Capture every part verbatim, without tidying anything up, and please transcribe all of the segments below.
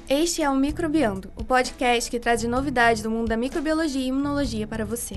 Este é o Microbiando, o podcast que traz novidades do mundo da microbiologia e imunologia para você.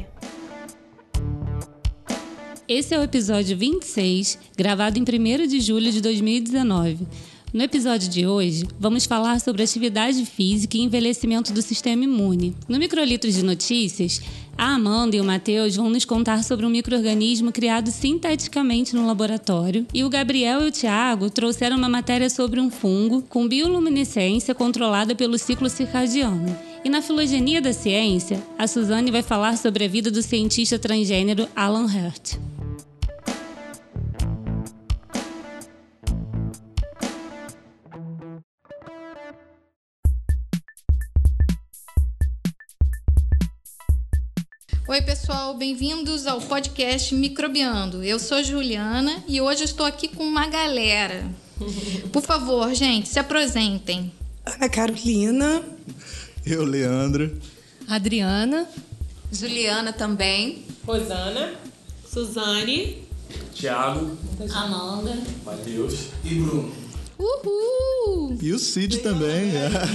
Esse é o episódio vinte e seis, gravado em primeiro de julho de dois mil e dezenove. No episódio de hoje, vamos falar sobre atividade física e envelhecimento do sistema imune. No Microlitros de Notícias, a Amanda e o Matheus vão nos contar sobre um micro-organismo criado sinteticamente no laboratório, e o Gabriel e o Thiago trouxeram uma matéria sobre um fungo com bioluminescência controlada pelo ciclo circadiano. E na filogenia da ciência, a Suzane vai falar sobre a vida do cientista transgênero Alan Hurt. Oi, pessoal, bem-vindos ao podcast Microbiando. Eu sou Juliana e hoje estou aqui com uma galera. Por favor, gente, se apresentem. Ana Carolina. Eu, Leandro. Adriana. Juliana também. Rosana. Suzane. Thiago. Amanda. Matheus. E Bruno. Uhul! E o Cid também.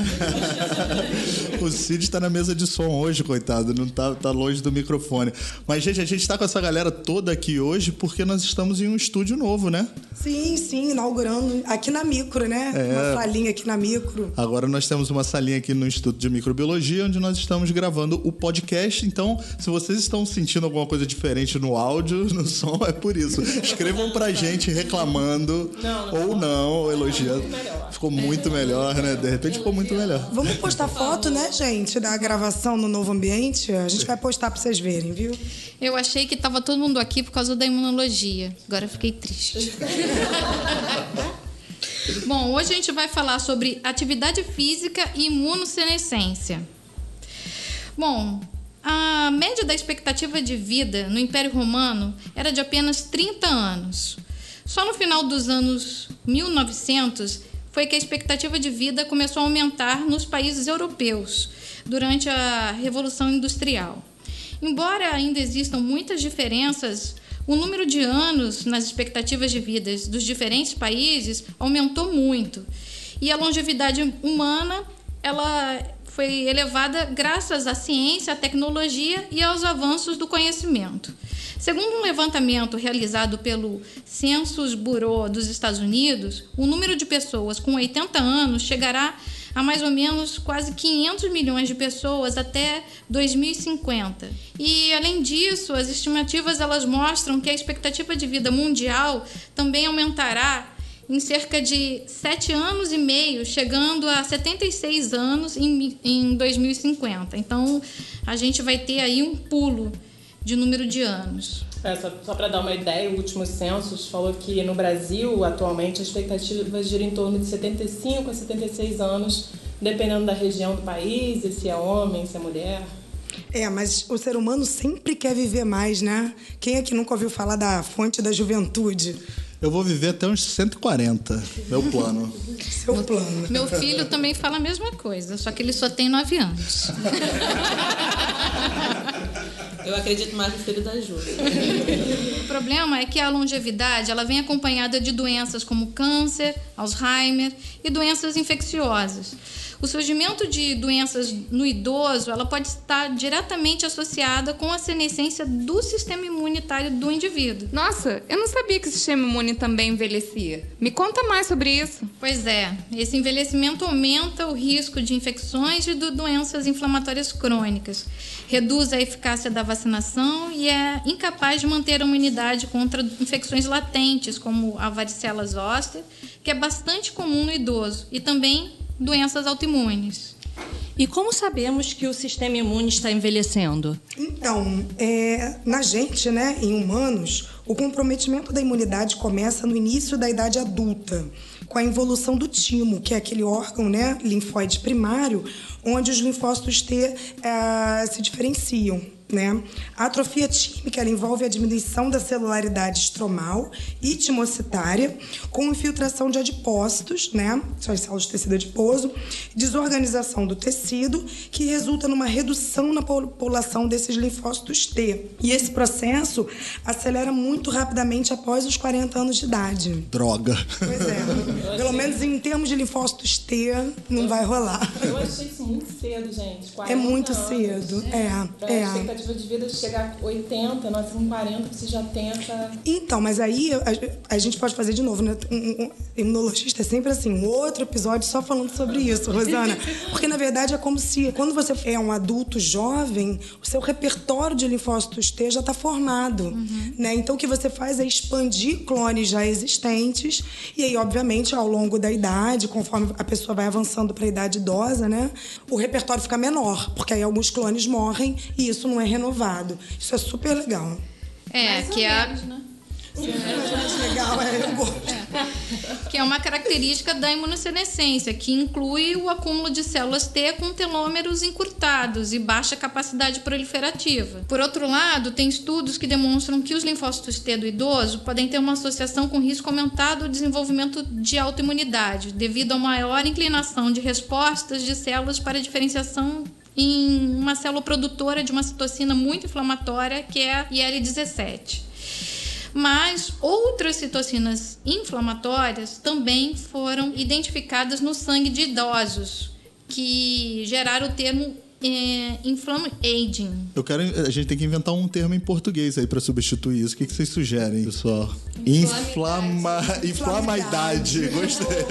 O Cid está na mesa de som hoje, coitado. Não tá, tá longe do microfone. Mas, gente, a gente está com essa galera toda aqui hoje porque nós estamos em um estúdio novo, né? Sim, sim, inaugurando aqui na Micro, né? É. Uma salinha aqui na Micro. Agora nós temos uma salinha aqui no Instituto de Microbiologia, onde nós estamos gravando o podcast. Então, se vocês estão sentindo alguma coisa diferente no áudio, no som, é por isso. Escrevam pra gente reclamando, não, não, ou não, ou elogiando. Ficou muito melhor, né? De repente ficou muito melhor. Vamos postar foto, né, gente, da gravação no novo ambiente? A gente vai postar pra vocês verem, viu? Eu achei que tava todo mundo aqui por causa da imunologia. Agora fiquei triste. Bom, hoje a gente vai falar sobre atividade física e imunossenescência. Bom, a média da expectativa de vida no Império Romano era de apenas trinta anos. Só no final dos anos mil e novecentos foi que a expectativa de vida começou a aumentar nos países europeus durante a Revolução Industrial. Embora ainda existam muitas diferenças, o número de anos nas expectativas de vida dos diferentes países aumentou muito. E a longevidade humana ela foi elevada graças à ciência, à tecnologia e aos avanços do conhecimento. Segundo um levantamento realizado pelo Census Bureau dos Estados Unidos, o número de pessoas com oitenta anos chegará a mais ou menos quase quinhentos milhões de pessoas até dois mil e cinquenta. E, além disso, as estimativas elas mostram que a expectativa de vida mundial também aumentará em cerca de sete anos e meio, chegando a setenta e seis anos em, em dois mil e cinquenta. Então, a gente vai ter aí um pulo de número de anos. É, só só para dar uma ideia, o último censo falou que no Brasil, atualmente, a expectativa gira em torno de setenta e cinco a setenta e seis anos, dependendo da região do país, e se é homem, se é mulher. É, mas o ser humano sempre quer viver mais, né? Quem é que nunca ouviu falar da fonte da juventude? Eu vou viver até uns cento e quarenta, meu plano. Seu plano. Meu filho também fala a mesma coisa, só que ele só tem nove anos. Eu acredito mais no filho da Ju. O problema é que a longevidade ela vem acompanhada de doenças como câncer, Alzheimer e doenças infecciosas. O surgimento de doenças no idoso ela pode estar diretamente associada com a senescência do sistema imunitário do indivíduo. Nossa, eu não sabia que o sistema imune também envelhecia. Me conta mais sobre isso. Pois é, esse envelhecimento aumenta o risco de infecções e de doenças inflamatórias crônicas, reduz a eficácia da vacinação e é incapaz de manter a imunidade contra infecções latentes, como a varicela zoster, que é bastante comum no idoso, e também doenças autoimunes. E como sabemos que o sistema imune está envelhecendo? Então, é, na gente, né, em humanos, o comprometimento da imunidade começa no início da idade adulta, com a involução do timo, que é aquele órgão, né, linfóide primário, onde os linfócitos T é, se diferenciam. né? A atrofia tímica ela envolve a diminuição da celularidade estromal e timocitária, com infiltração de adipócitos, né? São as células de tecido adiposo, desorganização do tecido, que resulta numa redução na população desses linfócitos T. E esse processo acelera muito rapidamente após os quarenta anos de idade. Droga. Pois é. Pelo menos em termos de linfócitos T, não vai rolar. Eu achei isso muito cedo, gente. É muito anos. cedo. É, Pra é. A expectativa de vida de chegar a oitenta, nossa, com quarenta você já tenta... Então, mas aí a, a gente pode fazer de novo, né? Um, um, imunologista é sempre assim, um outro episódio só falando sobre isso, Rosana. Porque, na verdade, é como se, quando você é um adulto jovem, o seu repertório de linfócitos T já está formado. Uhum. Né? Então, o que você faz é expandir clones já existentes. E aí, obviamente, ao longo da idade, conforme a pessoa vai avançando para a idade idosa, né? O repertório fica menor, porque aí alguns clones morrem e isso não é renovado. Isso é super legal. É, Mais que ou é menos, né? É legal, é, eu gosto. É, que é uma característica da imunossenescência, que inclui o acúmulo de células T com telômeros encurtados e baixa capacidade proliferativa. Por outro lado, tem estudos que demonstram que os linfócitos T do idoso podem ter uma associação com risco aumentado do desenvolvimento de autoimunidade, devido a maior inclinação de respostas de células para diferenciação em uma célula produtora de uma citocina muito inflamatória, que é a I L dezessete. Mas outras citocinas inflamatórias também foram identificadas no sangue de idosos, que geraram o termo é, inflammaging. Eu quero, a gente tem que inventar um termo em português aí para substituir isso. O que, que vocês sugerem, pessoal? Inflama, inflamidade. Gostei.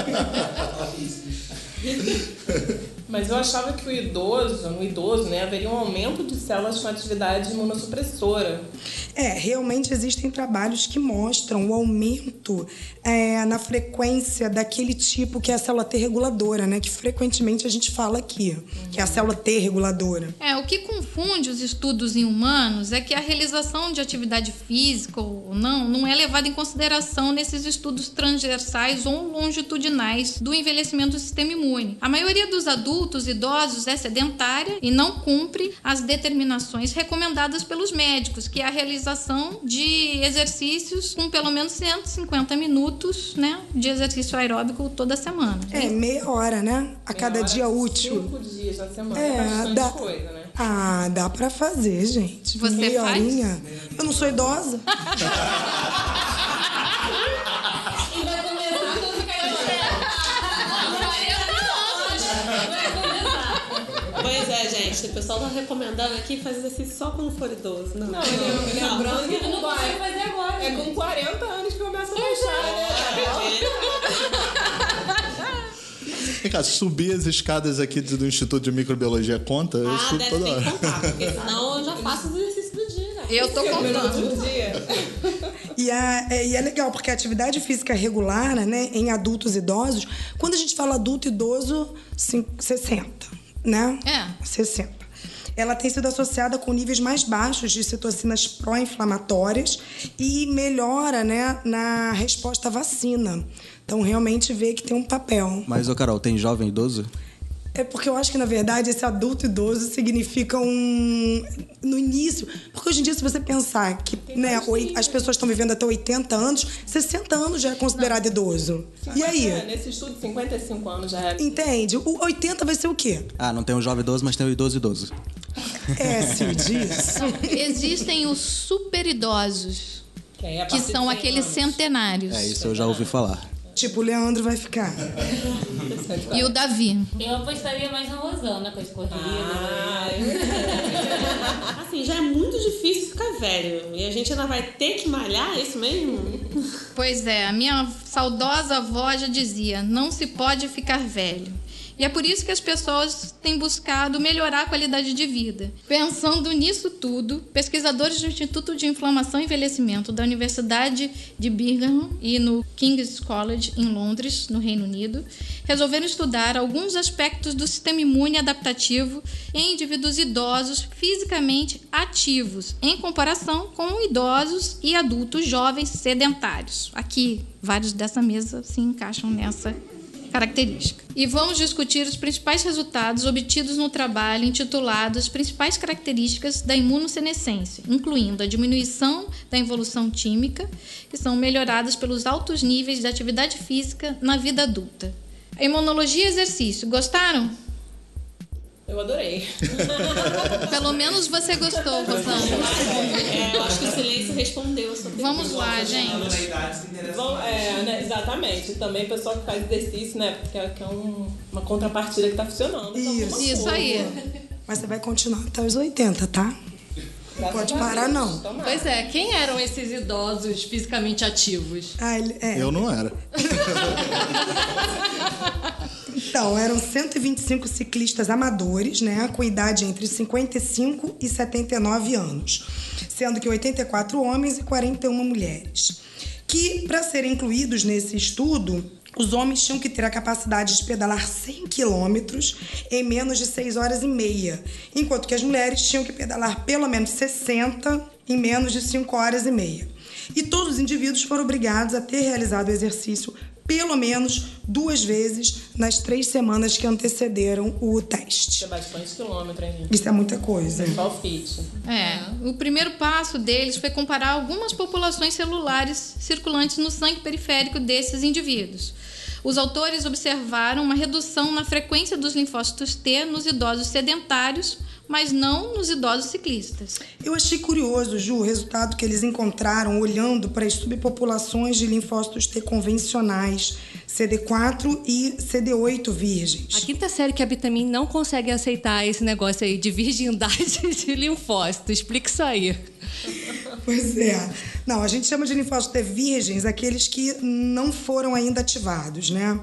Mas eu achava que o idoso, no idoso, né, haveria um aumento de células com atividade imunossupressora. É, realmente existem trabalhos que mostram o aumento é, na frequência daquele tipo que é a célula T reguladora, né? Que frequentemente a gente fala aqui, que é a célula T reguladora. É, o que confunde os estudos em humanos é que a realização de atividade física ou não não é levada em consideração nesses estudos transversais ou longitudinais do envelhecimento do sistema imune. A maioria dos adultos idosos é sedentária e não cumpre as determinações recomendadas pelos médicos, que é a realização de exercícios com pelo menos cento e cinquenta minutos, né, de exercício aeróbico toda semana. É, meia hora, né? A cada Meia dia hora, útil. Cinco dias na semana, É, é bastante dá, coisa, né? Ah, dá pra fazer, gente. Você meia faz? horinha. Eu não sou idosa. Pois é, gente. O pessoal tá recomendando aqui fazer exercício só quando for idoso. Não, Não, lembrando que com quarenta, é com quarenta anos que começa a baixar, né? Vem cá, subir as escadas aqui do Instituto de Microbiologia conta? Eu Ah, subo deve toda ter hora. que contar, porque senão eu já faço os exercícios do dia. Né? Eu tô contando. E é, é, e é legal, porque a atividade física regular, né, em adultos idosos, quando a gente fala adulto idoso, sessenta, né? É. sessenta. Ela tem sido associada com níveis mais baixos de citocinas pró-inflamatórias e melhora, né, na resposta à vacina. Então, realmente vê que tem um papel. Mas, ô Carol, tem jovem idoso? É porque eu acho que, na verdade, esse adulto idoso significa um... No início... Porque hoje em dia, se você pensar que né, as pessoas estão vivendo até oitenta anos, sessenta anos já é considerado idoso. E aí? É, nesse estudo, cinquenta e cinco anos já é. Entende? O oitenta vai ser o quê? Ah, não tem o jovem idoso, mas tem o idoso idoso. É, Sil, diz. Existem os superidosos, Que, aí, a que partir de são cem aqueles anos. centenários. É, isso eu já ouvi falar. Tipo, o Leandro vai ficar. E o Davi. Eu apostaria mais na Rosana com as corridas. Ah, Assim, já é muito difícil ficar velho. E a gente ainda vai ter que malhar, é isso mesmo? Pois é, a minha saudosa avó já dizia, não se pode ficar velho. E é por isso que as pessoas têm buscado melhorar a qualidade de vida. Pensando nisso tudo, pesquisadores do Instituto de Inflamação e Envelhecimento da Universidade de Birmingham e no King's College, em Londres, no Reino Unido, resolveram estudar alguns aspectos do sistema imune adaptativo em indivíduos idosos fisicamente ativos, em comparação com idosos e adultos jovens sedentários. Aqui, vários dessa mesa se encaixam nessa característica. E vamos discutir os principais resultados obtidos no trabalho intitulado As Principais Características da Imunossenescência, incluindo a diminuição da involução tímica, que são melhoradas pelos altos níveis de atividade física na vida adulta. A imunologia e exercício, gostaram? Eu adorei. Pelo menos você gostou, Rosana. É, eu acho que o silêncio respondeu. Vamos lá, gente. Bom, é, né, exatamente. Também o pessoal que faz exercício, né? Porque é, que é um, uma contrapartida que tá funcionando. Isso. Isso aí. Mas você vai continuar até os oitenta, tá? Não pode parar, não. Pois é, quem eram esses idosos fisicamente ativos? Ah, ele, é. Eu não era. Então, eram cento e vinte e cinco ciclistas amadores, né, com idade entre cinquenta e cinco e setenta e nove anos, sendo que oitenta e quatro homens e quarenta e uma mulheres. Que, para serem incluídos nesse estudo, os homens tinham que ter a capacidade de pedalar cem quilômetros em menos de seis horas e meia, enquanto que as mulheres tinham que pedalar pelo menos sessenta em menos de cinco horas e meia. E todos os indivíduos foram obrigados a ter realizado o exercício pelo menos duas vezes nas três semanas que antecederam o teste. Isso é bastante quilômetro, hein, gente? Isso é muita coisa. Pessoal fit. É, o primeiro passo deles foi comparar algumas populações celulares circulantes no sangue periférico desses indivíduos. Os autores observaram uma redução na frequência dos linfócitos T nos idosos sedentários, mas não nos idosos ciclistas. Eu achei curioso, Ju, o resultado que eles encontraram olhando para as subpopulações de linfócitos T convencionais, C D quatro e C D oito virgens. A quinta série que a Bitamin não consegue aceitar esse negócio aí de virgindade de linfócito. Explica isso aí. Pois é. Não, a gente chama de linfócitos T virgens aqueles que não foram ainda ativados, né?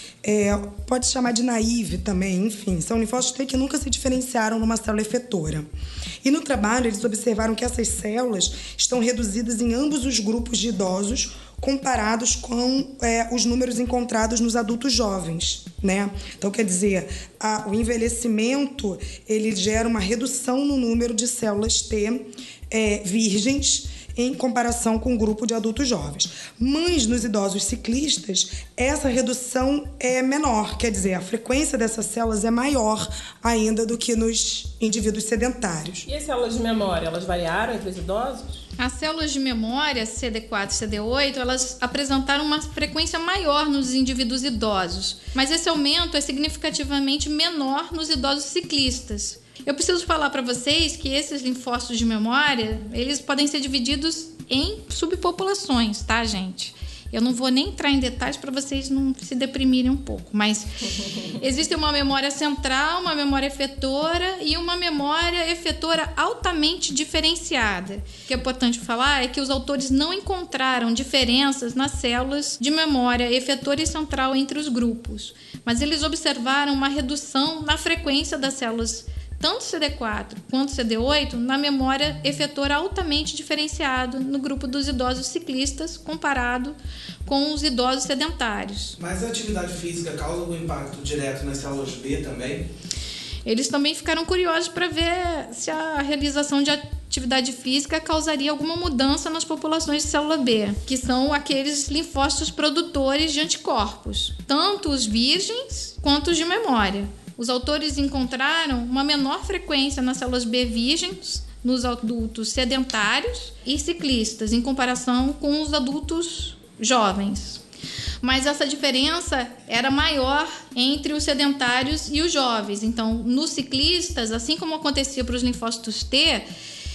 É, pode chamar de naive também, enfim, são linfócitos T que nunca se diferenciaram numa célula efetora. E no trabalho, eles observaram que essas células estão reduzidas em ambos os grupos de idosos comparados com é, os números encontrados nos adultos jovens, né? Então, quer dizer, a, o envelhecimento, ele gera uma redução no número de células T é, virgens em comparação com o grupo de adultos jovens. Mas nos idosos ciclistas, essa redução é menor, quer dizer, a frequência dessas células é maior ainda do que nos indivíduos sedentários. E as células de memória, elas variaram entre os idosos? As células de memória, C D quatro e C D oito, elas apresentaram uma frequência maior nos indivíduos idosos, mas esse aumento é significativamente menor nos idosos ciclistas. Eu preciso falar para vocês que esses linfócitos de memória, eles podem ser divididos em subpopulações, tá, gente? Eu não vou nem entrar em detalhes para vocês não se deprimirem um pouco, mas existe uma memória central, uma memória efetora e uma memória efetora altamente diferenciada. O que é importante falar é que os autores não encontraram diferenças nas células de memória efetora e central entre os grupos, mas eles observaram uma redução na frequência das células tanto C D quatro quanto C D oito na memória efetora altamente diferenciado no grupo dos idosos ciclistas comparado com os idosos sedentários. Mas a atividade física causa algum impacto direto nas células B também? Eles também ficaram curiosos para ver se a realização de atividade física causaria alguma mudança nas populações de célula B, que são aqueles linfócitos produtores de anticorpos, tanto os virgens quanto os de memória. Os autores encontraram uma menor frequência nas células B virgens nos adultos sedentários e ciclistas, em comparação com os adultos jovens. Mas essa diferença era maior entre os sedentários e os jovens. Então, nos ciclistas, assim como acontecia para os linfócitos T,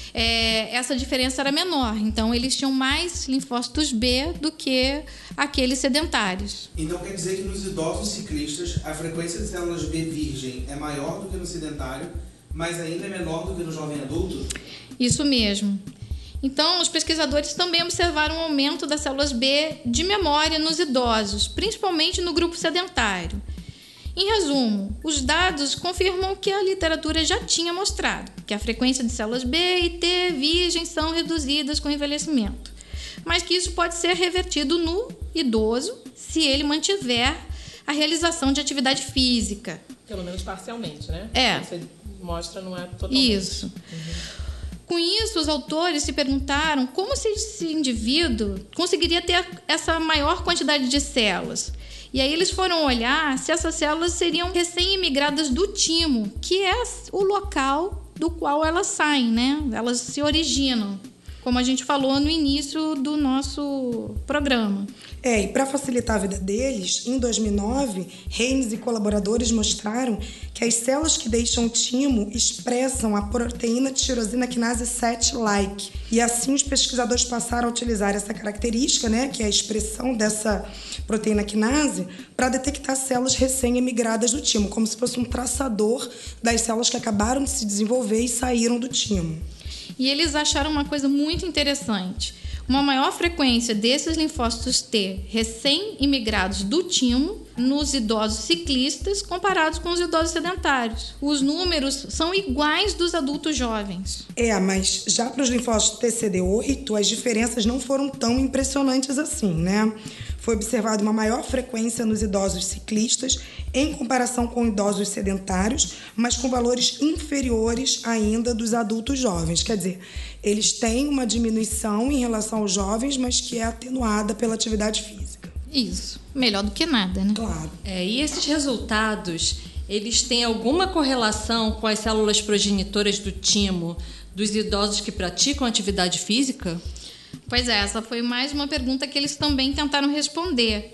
é, essa diferença era menor. Então, eles tinham mais linfócitos B do que aqueles sedentários. Então, quer dizer que nos idosos ciclistas, a frequência de células B virgem é maior do que no sedentário, mas ainda é menor do que no jovem adulto? Isso mesmo. Então, os pesquisadores também observaram um aumento das células B de memória nos idosos, principalmente no grupo sedentário. Em resumo, os dados confirmam o que a literatura já tinha mostrado, que a frequência de células B e T virgens são reduzidas com o envelhecimento, mas que isso pode ser revertido no idoso se ele mantiver a realização de atividade física. Pelo menos parcialmente, né? É. Você mostra, não é totalmente. Isso. Uhum. Com isso, os autores se perguntaram como se esse indivíduo conseguiria ter essa maior quantidade de células. E aí eles foram olhar se essas células seriam recém-imigradas do timo, que é o local do qual elas saem, né? Elas se originam, como a gente falou no início do nosso programa. É, e para facilitar a vida deles, em dois mil e nove, Haynes e colaboradores mostraram que as células que deixam o timo expressam a proteína tirosina quinase sete-like. E assim os pesquisadores passaram a utilizar essa característica, né, que é a expressão dessa proteína quinase, para detectar células recém-emigradas do timo, como se fosse um traçador das células que acabaram de se desenvolver e saíram do timo. E eles acharam uma coisa muito interessante. Uma maior frequência desses linfócitos T recém-imigrados do timo nos idosos ciclistas comparados com os idosos sedentários. Os números são iguais dos adultos jovens. É, mas já para os linfócitos T C D oito, as diferenças não foram tão impressionantes assim, né? Foi observada uma maior frequência nos idosos ciclistas em comparação com idosos sedentários, mas com valores inferiores ainda dos adultos jovens. Quer dizer, eles têm uma diminuição em relação aos jovens, mas que é atenuada pela atividade física. Isso. Melhor do que nada, né? Claro. É, e esses resultados, eles têm alguma correlação com as células progenitoras do timo dos idosos que praticam atividade física? Pois é, essa foi mais uma pergunta que eles também tentaram responder.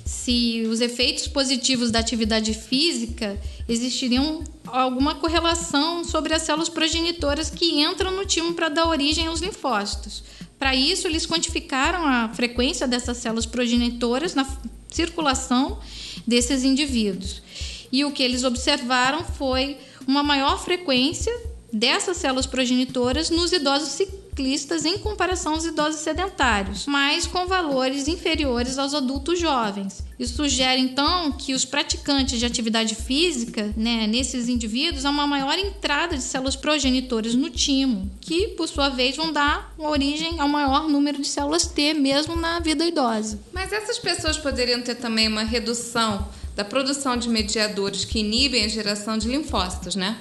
Se os efeitos positivos da atividade física existiriam alguma correlação sobre as células progenitoras que entram no timo para dar origem aos linfócitos. Para isso, eles quantificaram a frequência dessas células progenitoras na circulação desses indivíduos. E o que eles observaram foi uma maior frequência dessas células progenitoras nos idosos ciclistas em comparação aos idosos sedentários, mas com valores inferiores aos adultos jovens. Isso sugere, então, que os praticantes de atividade física, né, nesses indivíduos, há uma maior entrada de células progenitoras no timo, que, por sua vez, vão dar origem ao maior número de células T, mesmo na vida idosa. Mas essas pessoas poderiam ter também uma redução da produção de mediadores que inibem a geração de linfócitos, né?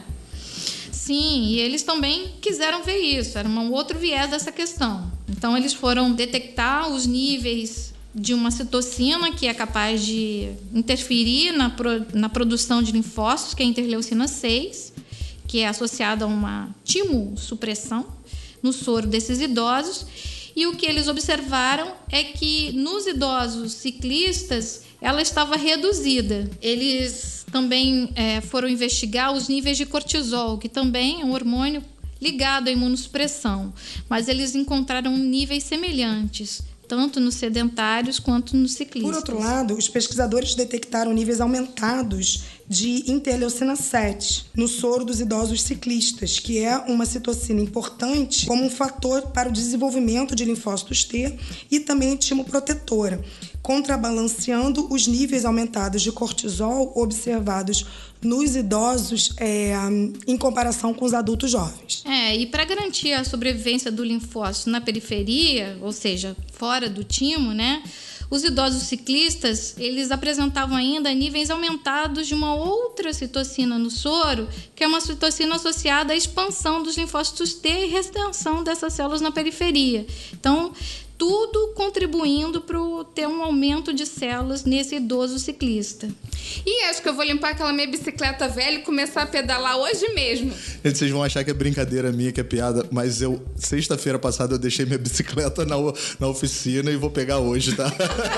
Sim, e eles também quiseram ver isso, era um outro viés dessa questão. Então, eles foram detectar os níveis de uma citocina que é capaz de interferir na, pro, na produção de linfócitos, que é a interleucina seis, que é associada a uma timossupressão no soro desses idosos. E o que eles observaram é que nos idosos ciclistas ela estava reduzida. Eles também é, foram investigar os níveis de cortisol, que também é um hormônio ligado à imunossupressão, mas eles encontraram níveis semelhantes, tanto nos sedentários quanto nos ciclistas. Por outro lado, os pesquisadores detectaram níveis aumentados de interleucina sete no soro dos idosos ciclistas, que é uma citocina importante como um fator para o desenvolvimento de linfócitos T e também timoprotetora, contrabalanceando os níveis aumentados de cortisol observados nos idosos é, em comparação com os adultos jovens. É, e para garantir a sobrevivência do linfócito na periferia, ou seja, fora do timo, né, os idosos ciclistas, eles apresentavam ainda níveis aumentados de uma outra citocina no soro, que é uma citocina associada à expansão dos linfócitos T e retenção dessas células na periferia. Então, tudo contribuindo para ter um aumento de células nesse idoso ciclista. E acho que eu vou limpar aquela minha bicicleta velha e começar a pedalar hoje mesmo. Gente, vocês vão achar que é brincadeira minha, que é piada, mas eu, sexta-feira passada, eu deixei minha bicicleta na, na oficina e vou pegar hoje, tá?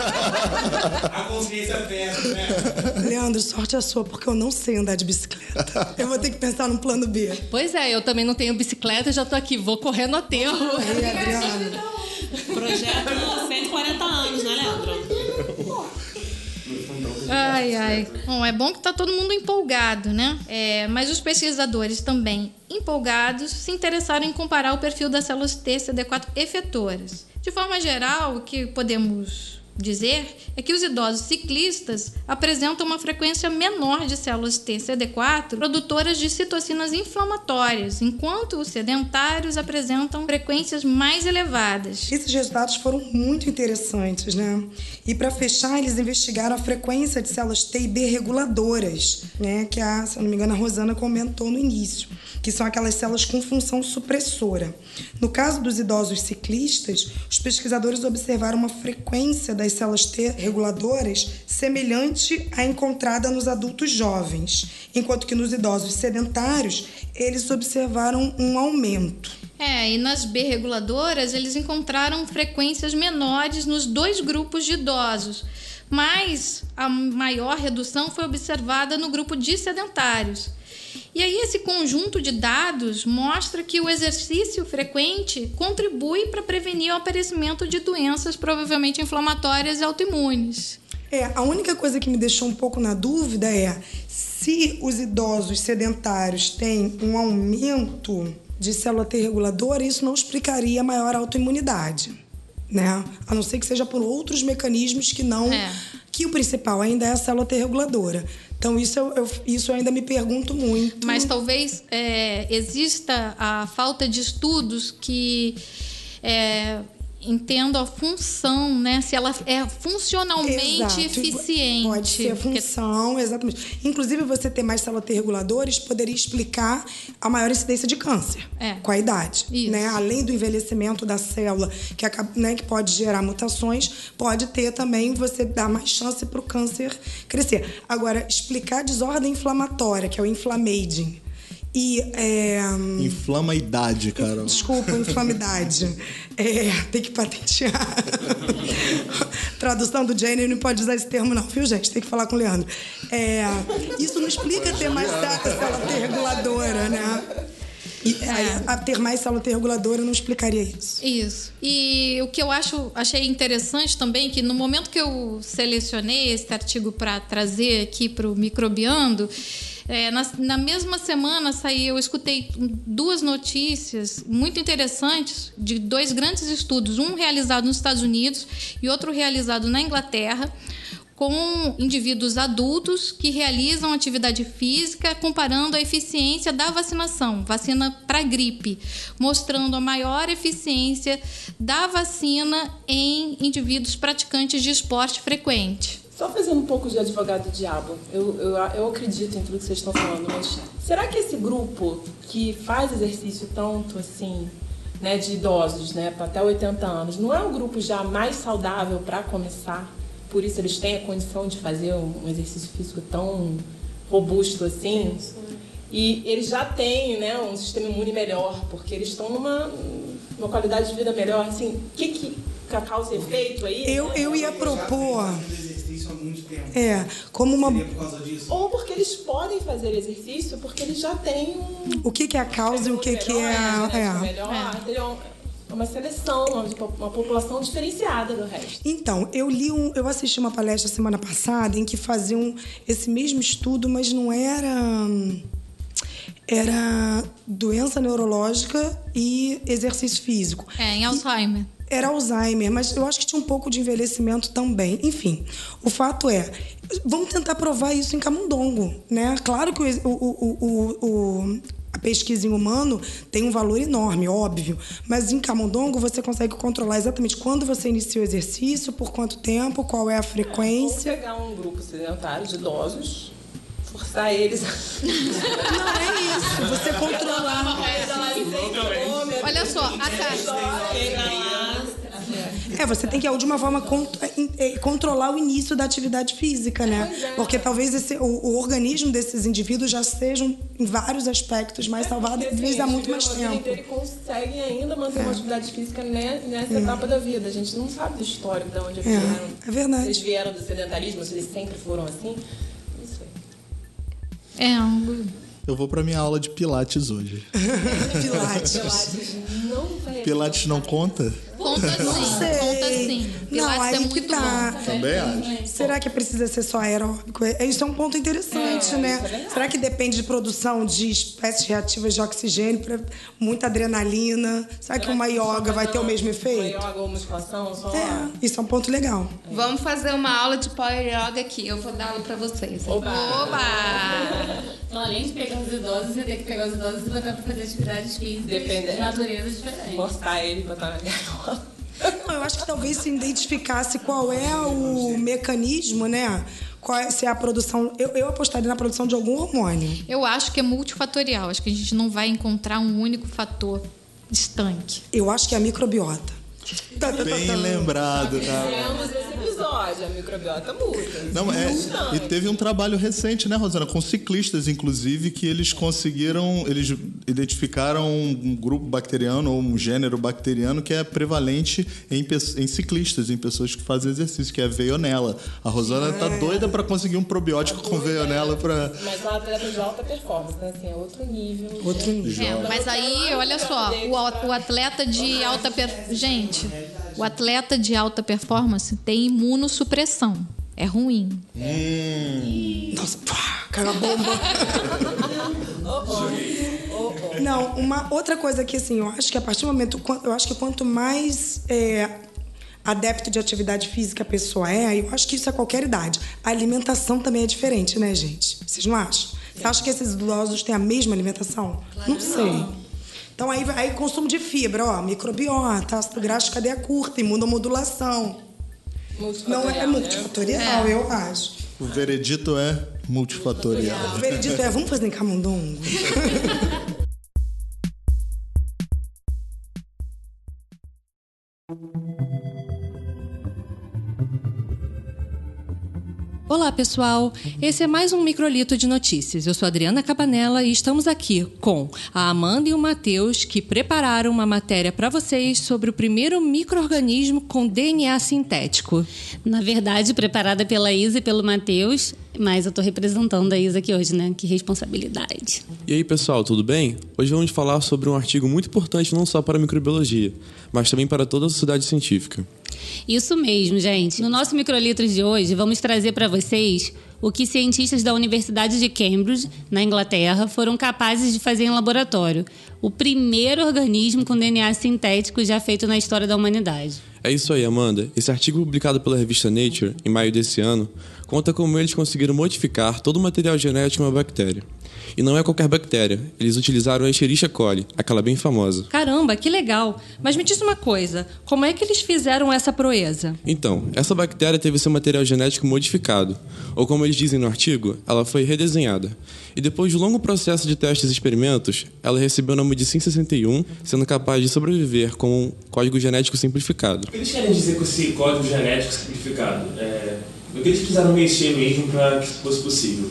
A consciência pesa, né? Leandro, sorte a sua, porque eu não sei andar de bicicleta. Eu vou ter que pensar num plano B. Pois é, eu também não tenho bicicleta, já tô aqui, vou correr no aterro. Correr, Adriana. Projeto cento e quarenta anos, né, Leandro? Ai, ai. Bom, é bom que está todo mundo empolgado, né? É, mas os pesquisadores também empolgados se interessaram em comparar o perfil das células T C D quatro efetoras. De forma geral, o que podemos dizer é que os idosos ciclistas apresentam uma frequência menor de células T C D quatro produtoras de citocinas inflamatórias, enquanto os sedentários apresentam frequências mais elevadas. Esses resultados foram muito interessantes, né? E para fechar, eles investigaram a frequência de células T e B reguladoras, né? Que a, se eu não me engano, a Rosana comentou no início, que são aquelas células com função supressora. No caso dos idosos ciclistas, os pesquisadores observaram uma frequência das das células T reguladoras semelhante à encontrada nos adultos jovens, enquanto que nos idosos sedentários eles observaram um aumento. É, e nas B reguladoras eles encontraram frequências menores nos dois grupos de idosos, mas a maior redução foi observada no grupo de sedentários. E aí esse conjunto de dados mostra que o exercício frequente contribui para prevenir o aparecimento de doenças provavelmente inflamatórias e autoimunes. É, a única coisa que me deixou um pouco na dúvida é se os idosos sedentários têm um aumento de célula T reguladora, isso não explicaria a maior autoimunidade, né? A não ser que seja por outros mecanismos que não... É. Que o principal ainda é a célula T reguladora. Então, isso eu, eu, isso eu ainda me pergunto muito. Mas talvez é, exista a falta de estudos que é, entendam a função, né? Se ela é funcionalmente Exato. eficiente. Pode ser a função, porque... exatamente. Inclusive, você ter mais célula T reguladores poderia explicar a maior incidência de câncer é. com a idade. Né? Além do envelhecimento da célula, que, acaba, né, que pode gerar mutações, pode ter também, você dar mais chance para o câncer crescer. Agora, explicar a desordem inflamatória, que é o inflammaging, e... É... Inflama a idade, cara. Desculpa, inflamidade. É, tem que patentear. Tradução do Jenny não pode usar esse termo, não, viu, gente? Tem que falar com o Leandro. É, isso não explica ter mais célula T reguladora, né? E, é. a, a ter mais célula T reguladora não explicaria isso. Isso. E o que eu acho, achei interessante também, que no momento que eu selecionei esse artigo para trazer aqui para o Microbiando, É, na, na mesma semana saiu, eu escutei duas notícias muito interessantes de dois grandes estudos, um realizado nos Estados Unidos e outro realizado na Inglaterra, com indivíduos adultos que realizam atividade física, comparando a eficiência da vacinação, vacina para gripe, mostrando a maior eficiência da vacina em indivíduos praticantes de esporte frequente. Só fazendo um pouco de advogado do diabo, eu, eu, eu acredito em tudo que vocês estão falando, mas será que esse grupo que faz exercício tanto assim, né, de idosos, né, até oitenta anos, não é um grupo já mais saudável para começar? Por isso eles têm a condição de fazer um exercício físico tão robusto assim? E eles já têm, né, um sistema imune melhor, porque eles estão numa, numa qualidade de vida melhor. Assim, o que, que causa efeito aí? Eu, né? eu ia propor... Há muito tempo. É, como uma... Seria por causa disso? Ou porque eles podem fazer exercício, porque eles já têm um... O que, que é a causa e o que, que é... é. Melhor, é uma seleção, uma população diferenciada do resto. Então, eu li um... Eu assisti uma palestra semana passada em que faziam esse mesmo estudo, mas não era... Era doença neurológica e exercício físico. É, em Alzheimer. E... Era Alzheimer, mas eu acho que tinha um pouco de envelhecimento também. Enfim, o fato é, vamos tentar provar isso em camundongo, né? Claro que o, o, o, o, a pesquisa em humano tem um valor enorme, óbvio, mas em camundongo você consegue controlar exatamente quando você inicia o exercício, por quanto tempo, qual é a frequência. Vamos pegar um grupo sedentário de idosos, forçar eles a... Não é isso, você controlar... Olha só, a taxa... É, você tem que, de alguma forma, controlar o início da atividade física, né? Porque talvez esse, o, o organismo desses indivíduos já sejam, em vários aspectos, mais salvados desde há muito mais tempo. Eles conseguem ainda manter é. uma atividade física nessa é. etapa da vida. A gente não sabe do histórico, de onde eles é. vieram. É verdade. Se eles vieram do sedentarismo, se eles sempre foram assim. Não sei. É, um... Eu vou pra minha aula de Pilates hoje. Pilates. Pilates não vai... Pilates não conta? Conta sim, conta sim. Pilates não, aí é muito que tá. bom. Também acho. Será que precisa ser só aeróbico? Isso é um ponto interessante, é, né? É Será que depende de produção de espécies reativas de oxigênio, pra muita adrenalina? Será, Será que uma que yoga vai ter o mesmo efeito? Uma yoga ou musculação? Só é, isso é um ponto legal. É. Vamos fazer uma aula de Power Yoga aqui. Eu vou dar aula pra vocês. Oba! Oba! Então, além de pegar os idosos, você tem que pegar os idosos e botar pra fazer atividades físicas Depende. de natureza diferente. Mostrar ele, botar na gaiola. Não, eu acho que talvez se identificasse qual é o mecanismo, né? Qual é, se é a produção... Eu, eu apostaria na produção de algum hormônio. Eu acho que é multifatorial. Acho que a gente não vai encontrar um único fator estanque. Eu acho que é a microbiota. Bem lembrado, tá? episódio, a microbiota muda. Não, é, e teve um trabalho recente, né, Rosana, com ciclistas, inclusive, que eles conseguiram, eles identificaram um grupo bacteriano ou um gênero bacteriano que é prevalente em, em ciclistas, em pessoas que fazem exercício, que é a Veionella. A Rosana tá doida para conseguir um probiótico com Veionella para... Mas uma atleta de alta performance, né? Assim, é outro nível. Outro nível. É, mas aí, olha só, o, o atleta de alta per... gente, o atleta de alta performance tem imunossupressão. É ruim. Hum. Nossa, pá, caiu a bomba. Não, uma outra coisa que assim, eu acho que a partir do momento, eu acho que quanto mais é, adepto de atividade física a pessoa é, eu acho que isso é qualquer idade. A alimentação também é diferente, né, gente? Vocês não acham? Você acha que esses idosos têm a mesma alimentação? Claro. Não sei. Então, aí, aí consumo de fibra, ó, microbiota, ácido graxo, cadeia curta, imunomodulação. Não é multifatorial, é. eu acho. O veredito é multifatorial. O veredito é, vamos fazer em camundongo? Olá, pessoal! Esse é mais um Microlito de Notícias. Eu sou a Adriana Cabanella e estamos aqui com a Amanda e o Matheus, que prepararam uma matéria para vocês sobre o primeiro micro-organismo com D N A sintético. Na verdade, preparada pela Isa e pelo Matheus, mas eu estou representando a Isa aqui hoje, né? Que responsabilidade. E aí, pessoal, tudo bem? Hoje vamos falar sobre um artigo muito importante não só para a microbiologia, mas também para toda a sociedade científica. Isso mesmo, gente. No nosso Microlitros de hoje, vamos trazer para vocês o que cientistas da Universidade de Cambridge, na Inglaterra, foram capazes de fazer em laboratório. O primeiro organismo com D N A sintético já feito na história da humanidade. É isso aí, Amanda. Esse artigo publicado pela revista Nature, em maio desse ano, conta como eles conseguiram modificar todo o material genético de uma bactéria. E não é qualquer bactéria. Eles utilizaram a Escherichia coli, aquela bem famosa. Caramba, que legal! Mas me diz uma coisa, como é que eles fizeram essa proeza? Então, essa bactéria teve seu material genético modificado, ou como eles dizem no artigo, ela foi redesenhada. E depois de um longo processo de testes e experimentos, ela recebeu o nome de C I N sessenta e um, sendo capaz de sobreviver com um código genético simplificado. O que eles querem dizer com esse código genético simplificado? É... O que eles precisaram mexer mesmo para que isso fosse possível?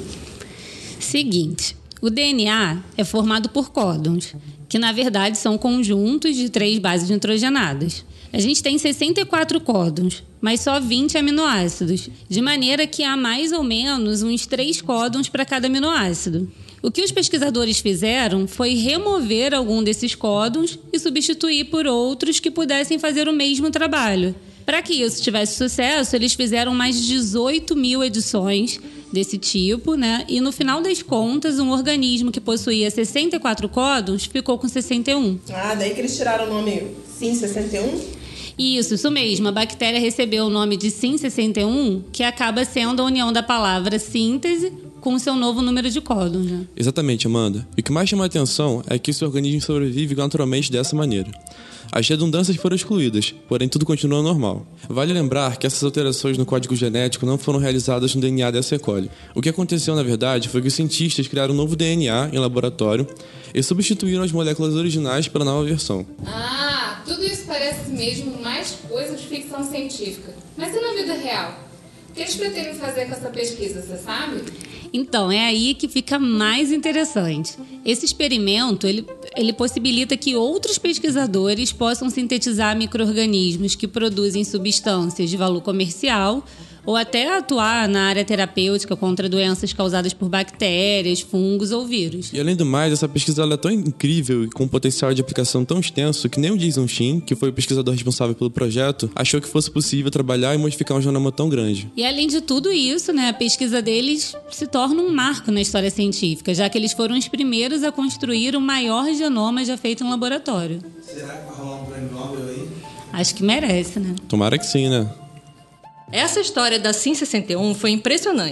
Seguinte, o D N A é formado por códons, que na verdade são conjuntos de três bases nitrogenadas. A gente tem sessenta e quatro códons, mas só vinte aminoácidos, de maneira que há mais ou menos uns três códons para cada aminoácido. O que os pesquisadores fizeram foi remover algum desses códons e substituir por outros que pudessem fazer o mesmo trabalho. Para que isso tivesse sucesso, eles fizeram mais de dezoito mil edições desse tipo, né? E no final das contas, um organismo que possuía sessenta e quatro códons ficou com sessenta e um. Ah, daí que eles tiraram o nome C I N sessenta e um? Isso, isso mesmo. A bactéria recebeu o nome de C I N sessenta e um, que acaba sendo a união da palavra síntese com o seu novo número de códons, né? Exatamente, Amanda. E o que mais chama a atenção é que esse organismo sobrevive naturalmente dessa maneira. As redundâncias foram excluídas, porém tudo continua normal. Vale lembrar que essas alterações no código genético não foram realizadas no D N A dessa E. coli. O que aconteceu, na verdade, foi que os cientistas criaram um novo D N A em laboratório e substituíram as moléculas originais pela nova versão. Ah, tudo isso parece mesmo mais coisa de ficção científica. Mas e na vida real? O que eles pretendem fazer com essa pesquisa, você sabe? Então, é aí que fica mais interessante. Esse experimento, ele, ele possibilita que outros pesquisadores possam sintetizar micro-organismos que produzem substâncias de valor comercial ou até atuar na área terapêutica contra doenças causadas por bactérias, fungos ou vírus. E além do mais, essa pesquisa ela é tão incrível e com um potencial de aplicação tão extenso que nem o Jason Shin, que foi o pesquisador responsável pelo projeto, achou que fosse possível trabalhar e modificar um genoma tão grande. E além de tudo isso, né, a pesquisa deles se torna um marco na história científica, já que eles foram os primeiros a construir o maior genoma já feito em laboratório. Será que vai rolar um prêmio Nobel aí? Acho que merece, né? Tomara que sim, né? Essa história da C I N sessenta e um foi impressionante.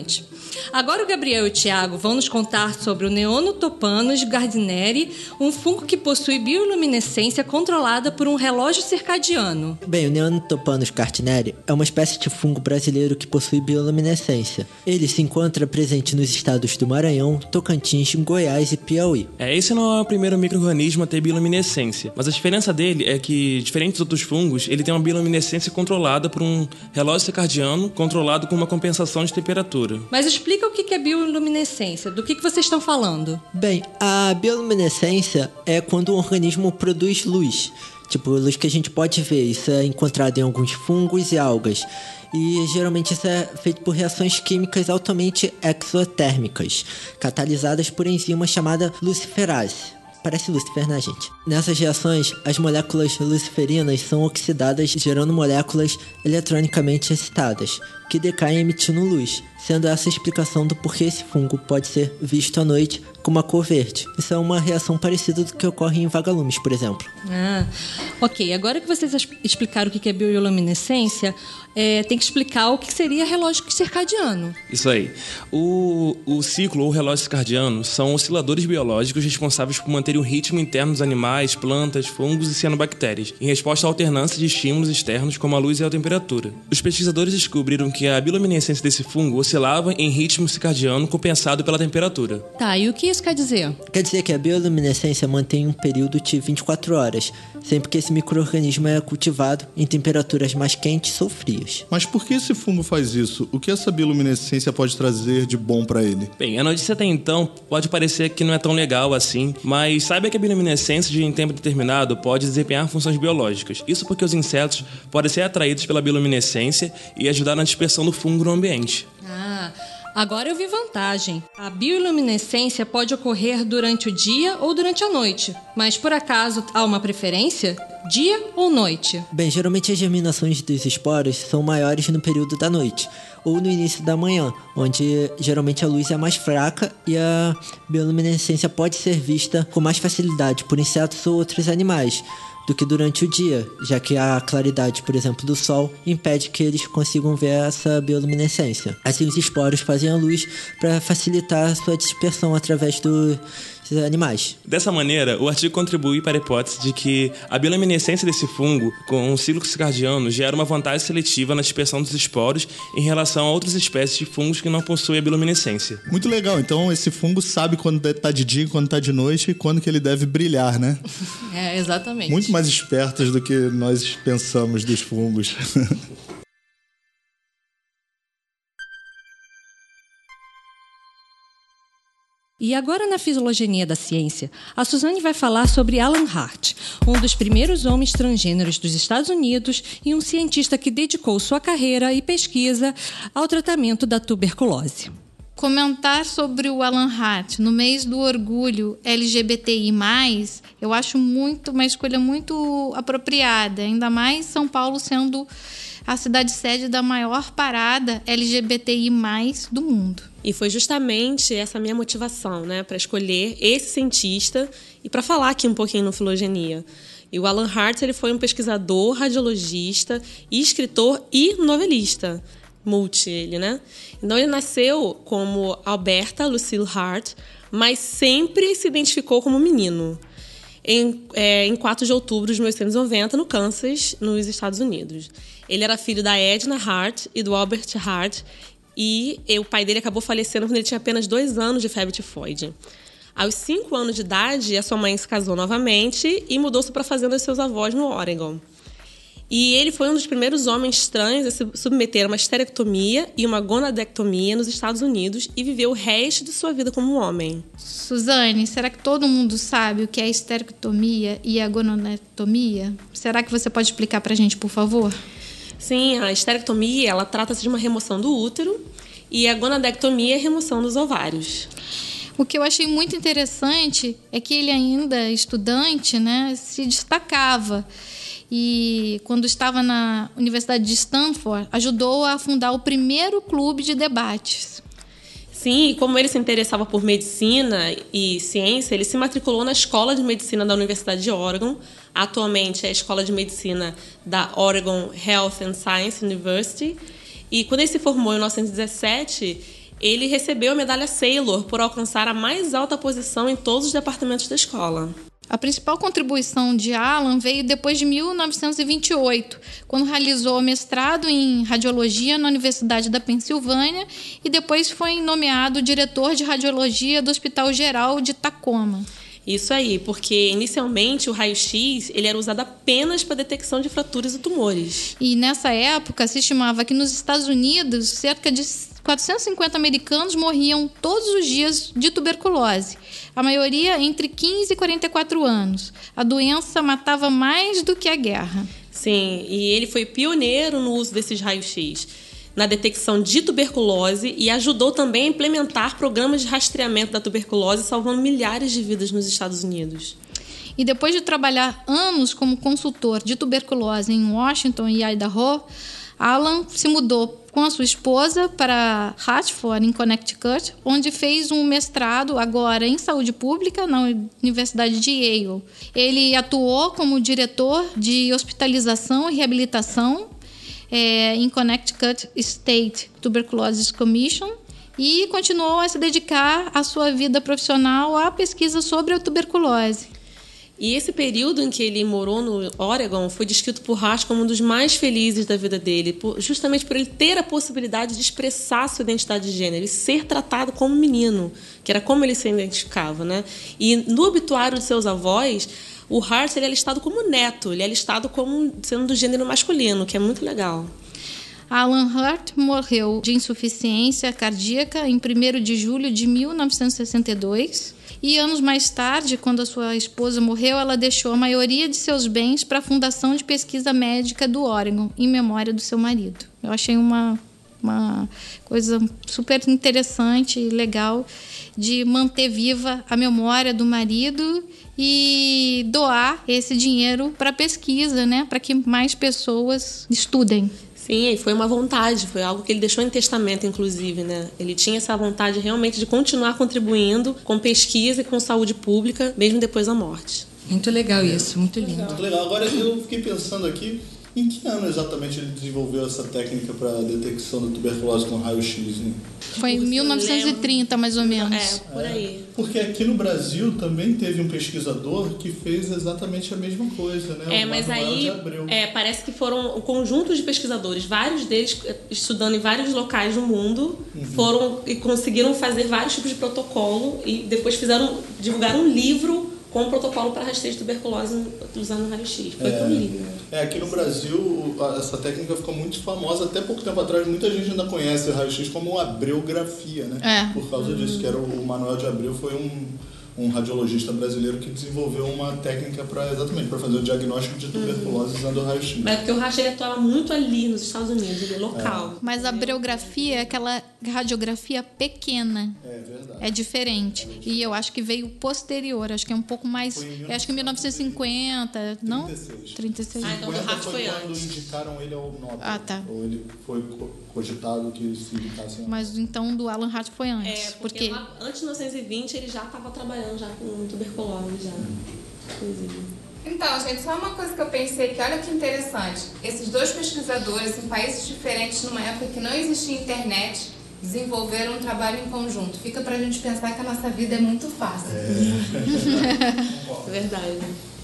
Agora o Gabriel e o Tiago vão nos contar sobre o Neonotopanos gardneri, um fungo que possui bioluminescência controlada por um relógio circadiano. Bem, o Neonotopanos gardneri é uma espécie de fungo brasileiro que possui bioluminescência. Ele se encontra presente nos estados do Maranhão, Tocantins, Goiás e Piauí. É, esse não é o primeiro micro-organismo a ter bioluminescência, mas a diferença dele é que, diferente dos outros fungos, ele tem uma bioluminescência controlada por um relógio circadiano controlado com uma compensação de temperatura. Mas explica o que é bioluminescência, do que vocês estão falando? Bem, a bioluminescência é quando um organismo produz luz, tipo luz que a gente pode ver. Isso é encontrado em alguns fungos e algas. E geralmente isso é feito por reações químicas altamente exotérmicas, catalisadas por enzimas chamada luciferase. Parece Lúcifer, né, gente? Nessas reações, as moléculas luciferinas são oxidadas, gerando moléculas eletronicamente excitadas, que decaem emitindo luz, sendo essa a explicação do porquê esse fungo pode ser visto à noite com uma cor verde. Isso é uma reação parecida do que ocorre em vagalumes, por exemplo. Ah, ok. Agora que vocês explicaram o que é bioluminescência, é, tem que explicar o que seria relógio circadiano. Isso aí. O, o ciclo ou relógio circadiano são osciladores biológicos responsáveis por manter o ritmo interno dos animais, plantas, fungos e cianobactérias, em resposta à alternância de estímulos externos como a luz e a temperatura. Os pesquisadores descobriram que a bioluminescência desse fungo oscilava em ritmo circadiano compensado pela temperatura. Tá, e o que isso quer dizer? Quer dizer que a bioluminescência mantém um período de vinte e quatro horas, sempre que esse micro-organismo é cultivado em temperaturas mais quentes ou frias. Mas por que esse fungo faz isso? O que essa bioluminescência pode trazer de bom para ele? Bem, a notícia até então pode parecer que não é tão legal assim, mas saiba que a bioluminescência de em tempo determinado pode desempenhar funções biológicas. Isso porque os insetos podem ser atraídos pela bioluminescência e ajudar na dispersão do fungo no ambiente. Ah, agora eu vi vantagem. A bioluminescência pode ocorrer durante o dia ou durante a noite, mas por acaso há uma preferência? Dia ou noite? Bem, geralmente as germinações dos esporos são maiores no período da noite ou no início da manhã, onde geralmente a luz é mais fraca e a bioluminescência pode ser vista com mais facilidade por insetos ou outros animais do que durante o dia, já que a claridade, por exemplo, do sol impede que eles consigam ver essa bioluminescência. Assim, os esporos fazem a luz para facilitar a sua dispersão através dos animais. Dessa maneira, o artigo contribui para a hipótese de que a bioluminescência desse fungo com um ciclo circadiano gera uma vantagem seletiva na dispersão dos esporos em relação a outras espécies de fungos que não possuem a bioluminescência. Muito legal. Então, esse fungo sabe quando está de dia, quando está de noite e quando que ele deve brilhar, né? É, exatamente. Muito mais espertos do que nós pensamos dos fungos. E agora, na Fisiologia da Ciência, a Suzane vai falar sobre Alan Hart, um dos primeiros homens transgêneros dos Estados Unidos e um cientista que dedicou sua carreira e pesquisa ao tratamento da tuberculose. Comentar sobre o Alan Hart no mês do orgulho L G B T I mais, eu acho muito uma escolha muito apropriada, ainda mais São Paulo sendo a cidade sede da maior parada L G B T I mais do mundo. E foi justamente essa minha motivação, né, para escolher esse cientista e para falar aqui um pouquinho no Filogenia. E o Alan Hart, ele foi um pesquisador, radiologista, escritor e novelista. Multi ele, né? Então ele nasceu como Alberta Lucille Hart, mas sempre se identificou como menino. Em, é, em quatro de outubro de mil oitocentos e noventa, no Kansas, nos Estados Unidos. Ele era filho da Edna Hart e do Albert Hart, e o pai dele acabou falecendo quando ele tinha apenas dois anos de febre tifoide. Aos cinco anos de idade, a sua mãe se casou novamente e mudou-se para a fazenda dos seus avós no Oregon. E ele foi um dos primeiros homens trans a se submeter a uma esterectomia e uma gonadectomia nos Estados Unidos e viveu o resto de sua vida como um homem. Suzane, será que todo mundo sabe o que é a esterectomia e a gonadectomia? Será que você pode explicar para a gente, por favor? Sim, a esterectomia, ela trata-se de uma remoção do útero e a gonadectomia é a remoção dos ovários. O que eu achei muito interessante é que ele ainda estudante, né, se destacava. E quando estava na Universidade de Stanford, ajudou a fundar o primeiro clube de debates. Sim, e como ele se interessava por medicina e ciência, ele se matriculou na Escola de Medicina da Universidade de Oregon. Atualmente é a Escola de Medicina da Oregon Health and Science University. E quando ele se formou em mil novecentos e dezessete, ele recebeu a medalha Saylor por alcançar a mais alta posição em todos os departamentos da escola. A principal contribuição de Alan veio depois de mil novecentos e vinte e oito, quando realizou mestrado em radiologia na Universidade da Pensilvânia e depois foi nomeado diretor de radiologia do Hospital Geral de Tacoma. Isso aí, porque inicialmente o raio-x ele era usado apenas para detecção de fraturas e tumores. E nessa época se estimava que nos Estados Unidos cerca de quatrocentos e cinquenta americanos morriam todos os dias de tuberculose, a maioria entre quinze e quarenta e quatro anos. A doença matava mais do que a guerra. Sim, e ele foi pioneiro no uso desses raios-x na detecção de tuberculose e ajudou também a implementar programas de rastreamento da tuberculose, salvando milhares de vidas nos Estados Unidos. E depois de trabalhar anos como consultor de tuberculose em Washington e Idaho, Alan se mudou com a sua esposa para Hartford, em Connecticut, onde fez um mestrado agora em saúde pública na Universidade de Yale. Ele atuou como diretor de hospitalização e reabilitação é, em Connecticut State Tuberculosis Commission e continuou a se dedicar à sua vida profissional à pesquisa sobre a tuberculose. E esse período em que ele morou no Oregon foi descrito por Hart como um dos mais felizes da vida dele, justamente por ele ter a possibilidade de expressar sua identidade de gênero e ser tratado como menino, que era como ele se identificava, né? E no obituário de seus avós, o Hart ele é listado como neto, ele é listado como sendo do gênero masculino, que é muito legal. Alan Hart morreu de insuficiência cardíaca em primeiro de julho de mil novecentos e sessenta e dois. E anos mais tarde, quando a sua esposa morreu, ela deixou a maioria de seus bens para a Fundação de Pesquisa Médica do Oregon, em memória do seu marido. Eu achei uma, uma coisa super interessante e legal de manter viva a memória do marido e doar esse dinheiro para pesquisa, né? Para que mais pessoas estudem. Sim, foi uma vontade, foi algo que ele deixou em testamento, inclusive, né? Ele tinha essa vontade realmente de continuar contribuindo com pesquisa e com saúde pública, mesmo depois da morte. Muito legal isso, muito lindo. Muito legal. Agora eu fiquei pensando aqui, em que ano exatamente ele desenvolveu essa técnica para a detecção da tuberculose com raio-x? Hein? Foi em mil novecentos e trinta, mais ou menos. É, por aí. Porque aqui no Brasil também teve um pesquisador que fez exatamente a mesma coisa, né? É, o mas Manuel aí de Abreu. é, parece que foram um conjunto de pesquisadores, vários deles estudando em vários locais do mundo, uhum. foram e conseguiram fazer vários tipos de protocolo e depois fizeram, divulgaram um livro com um protocolo para rastreio de tuberculose usando raio-x. Foi é, um livro. É, aqui no Brasil essa técnica ficou muito famosa. Até pouco tempo atrás, muita gente ainda conhece o raio-x como abreografia, né? É. Por causa disso, que era o Manuel de Abreu, foi um, um radiologista brasileiro que desenvolveu uma técnica para exatamente para fazer o diagnóstico de tuberculose usando o raio-x. Mas porque o raio-x atuava muito ali nos Estados Unidos, ele é local. É. Mas a abreografia é aquela radiografia pequena. É verdade. É diferente. É e eu acho que veio posterior, acho que é um pouco mais. Eu acho que em mil novecentos e cinquenta, não? trinta e seis. Ah, então o Hart foi, foi antes. quando indicaram ele ao Nobel. Ah, tá. Ou ele foi cogitado que se indicasse. Mas então do Alan Hart foi antes. É, porque, porque... Lá, antes de mil novecentos e vinte ele já estava trabalhando já com tuberculose, já. Inclusive. Então, gente, só uma coisa que eu pensei que, olha que interessante. Esses dois pesquisadores em países diferentes, numa época que não existia internet, desenvolveram um trabalho em conjunto. Fica pra gente pensar que a nossa vida é muito fácil. É, é verdade.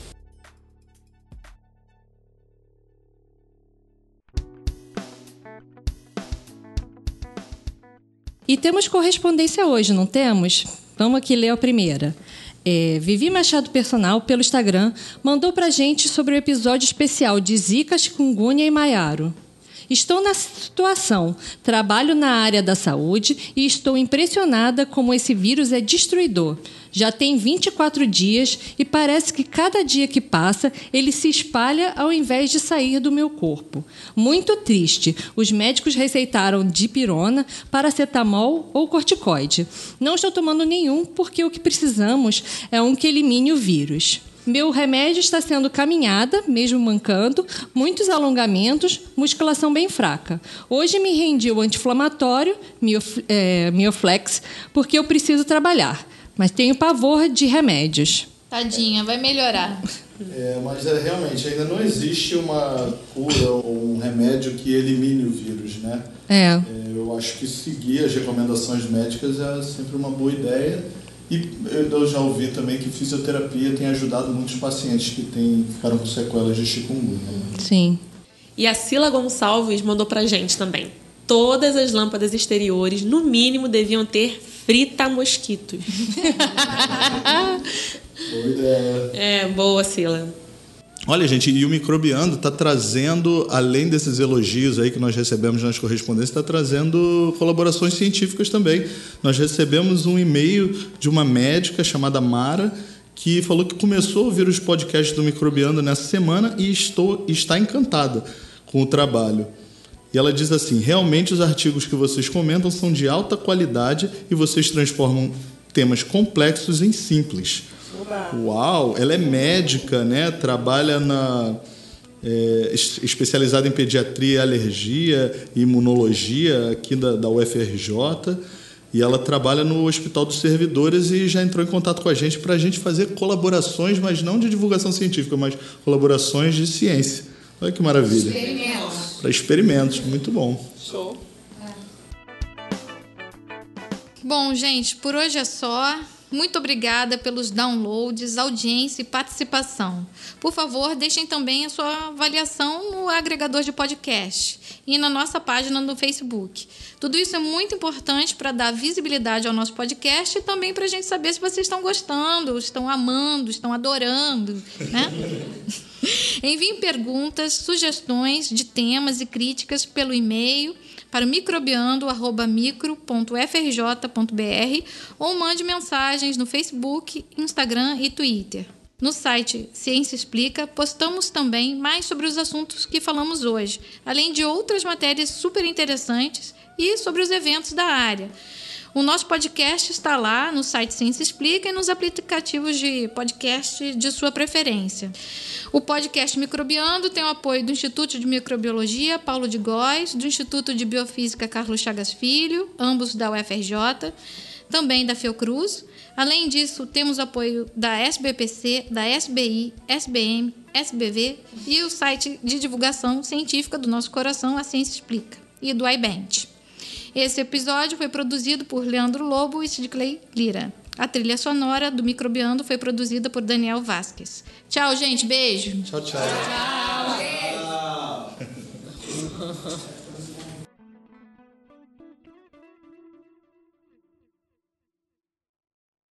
E temos correspondência hoje, não temos? Vamos aqui ler a primeira. É, Vivi Machado Personal, pelo Instagram, mandou pra gente sobre o episódio especial de Zika, chikungunya e Maiaro. Estou na situação, trabalho na área da saúde e estou impressionada como esse vírus é destruidor. Já tem vinte e quatro dias e parece que cada dia que passa ele se espalha ao invés de sair do meu corpo. Muito triste. Os médicos receitaram dipirona, paracetamol ou corticoide. Não estou tomando nenhum porque o que precisamos é um que elimine o vírus. Meu remédio está sendo caminhada, mesmo mancando, muitos alongamentos, musculação bem fraca. Hoje me rendi ao anti-inflamatório, Miof- é, Mioflex, porque eu preciso trabalhar, mas tenho pavor de remédios. Tadinha, vai melhorar. É, mas é, realmente ainda não existe uma cura ou um remédio que elimine o vírus, né? É. É, eu acho que seguir as recomendações médicas é sempre uma boa ideia. E eu já ouvi também que fisioterapia tem ajudado muitos pacientes que têm, ficaram com sequelas de chikungunya. Sim. E a Sila Gonçalves mandou pra gente também. Todas as lâmpadas exteriores, no mínimo, deviam ter frita-mosquitos. Boa ideia. É, boa, Sila. Olha, gente, e o Microbiando está trazendo, além desses elogios aí que nós recebemos nas correspondências, está trazendo colaborações científicas também. Nós recebemos um e-mail de uma médica chamada Mara, que falou que começou a ouvir os podcasts do Microbiando nessa semana e estou, está encantada com o trabalho. E ela diz assim: realmente os artigos que vocês comentam são de alta qualidade e vocês transformam temas complexos em simples. Uau! Ela é médica, né? Trabalha na é, especializada em pediatria e alergia e imunologia aqui da, da U F R J, e ela trabalha no Hospital dos Servidores e já entrou em contato com a gente para a gente fazer colaborações, mas não de divulgação científica, mas colaborações de ciência. Olha que maravilha. Experimentos. Para experimentos, muito bom. Show. Bom, gente, por hoje é só. Muito obrigada pelos downloads, audiência e participação. Por favor, deixem também a sua avaliação no agregador de podcast e na nossa página no Facebook. Tudo isso é muito importante para dar visibilidade ao nosso podcast e também para a gente saber se vocês estão gostando, estão amando, estão adorando, né? Enviem perguntas, sugestões de temas e críticas pelo e-mail para o microbiando arroba micro ponto f r j ponto b r ou mande mensagens no Facebook, Instagram e Twitter. No site Ciência Explica, postamos também mais sobre os assuntos que falamos hoje, além de outras matérias super interessantes e sobre os eventos da área. O nosso podcast está lá no site Ciência Explica e nos aplicativos de podcast de sua preferência. O podcast Microbiando tem o apoio do Instituto de Microbiologia Paulo de Góes, do Instituto de Biofísica Carlos Chagas Filho, ambos da U F R J, também da Fiocruz. Além disso, temos o apoio da S B P C, da S B I, S B M, S B V e o site de divulgação científica do nosso coração, a Ciência Explica, e do iBent. Esse episódio foi produzido por Leandro Lobo e Sidclay Lira. A trilha sonora do Microbiando foi produzida por Daniel Vasquez. Tchau, gente. Beijo. Tchau, tchau. Tchau. Tchau.